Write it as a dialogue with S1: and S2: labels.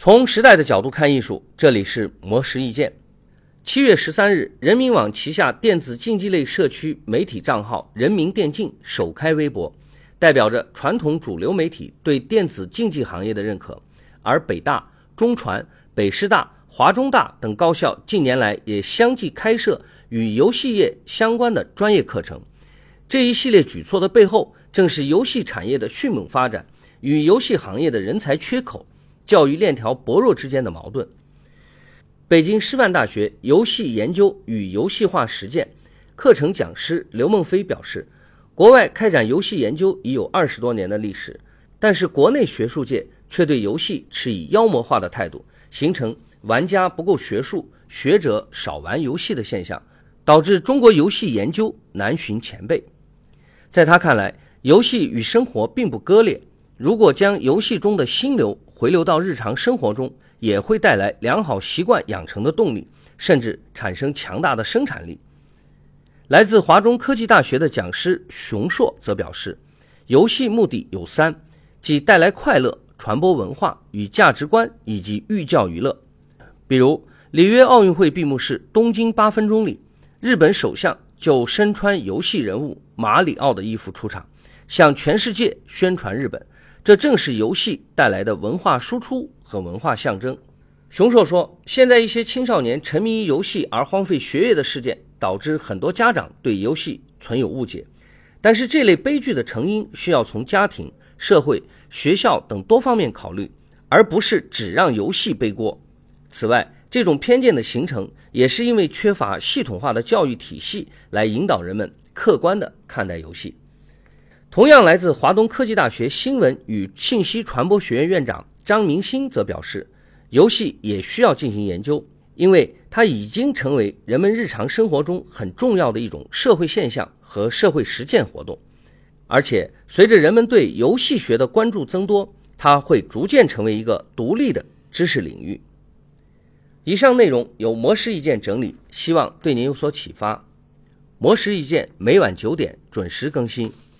S1: 从时代的角度看艺术，这里是魔石意见。7月13日，人民网旗下电子竞技类社区媒体账号人民电竞首开微博，代表着传统主流媒体对电子竞技行业的认可。而北大、中传、北师大、华中大等高校近年来也相继开设与游戏业相关的专业课程。这一系列举措的背后，正是游戏产业的迅猛发展与游戏行业的人才缺口、教育链条薄弱之间的矛盾。北京师范大学游戏研究与游戏化实践课程讲师刘梦飞表示，国外开展游戏研究已有20多年的历史，但是国内学术界却对游戏持以妖魔化的态度，形成玩家不够学术、学者少玩游戏的现象，导致中国游戏研究难寻前辈。在他看来，游戏与生活并不割裂，如果将游戏中的心流回流到日常生活中，也会带来良好习惯养成的动力，甚至产生强大的生产力。来自华中科技大学的讲师熊硕则表示，游戏目的有3，即带来快乐、传播文化与价值观，以及寓教于乐。比如里约奥运会闭幕式东京8分钟里，日本首相就身穿游戏人物马里奥的衣服出场，向全世界宣传日本，这正是游戏带来的文化输出和文化象征。熊硕说，现在一些青少年沉迷于游戏而荒废学业的事件，导致很多家长对游戏存有误解，但是这类悲剧的成因需要从家庭、社会、学校等多方面考虑，而不是只让游戏背锅。此外，这种偏见的形成也是因为缺乏系统化的教育体系来引导人们客观地看待游戏。同样来自华东科技大学新闻与信息传播学院院长张明星则表示，游戏也需要进行研究，因为它已经成为人们日常生活中很重要的一种社会现象和社会实践活动。而且随着人们对游戏学的关注增多，它会逐渐成为一个独立的知识领域。以上内容由魔石意见整理，希望对您有所启发。魔石意见每晚9点准时更新。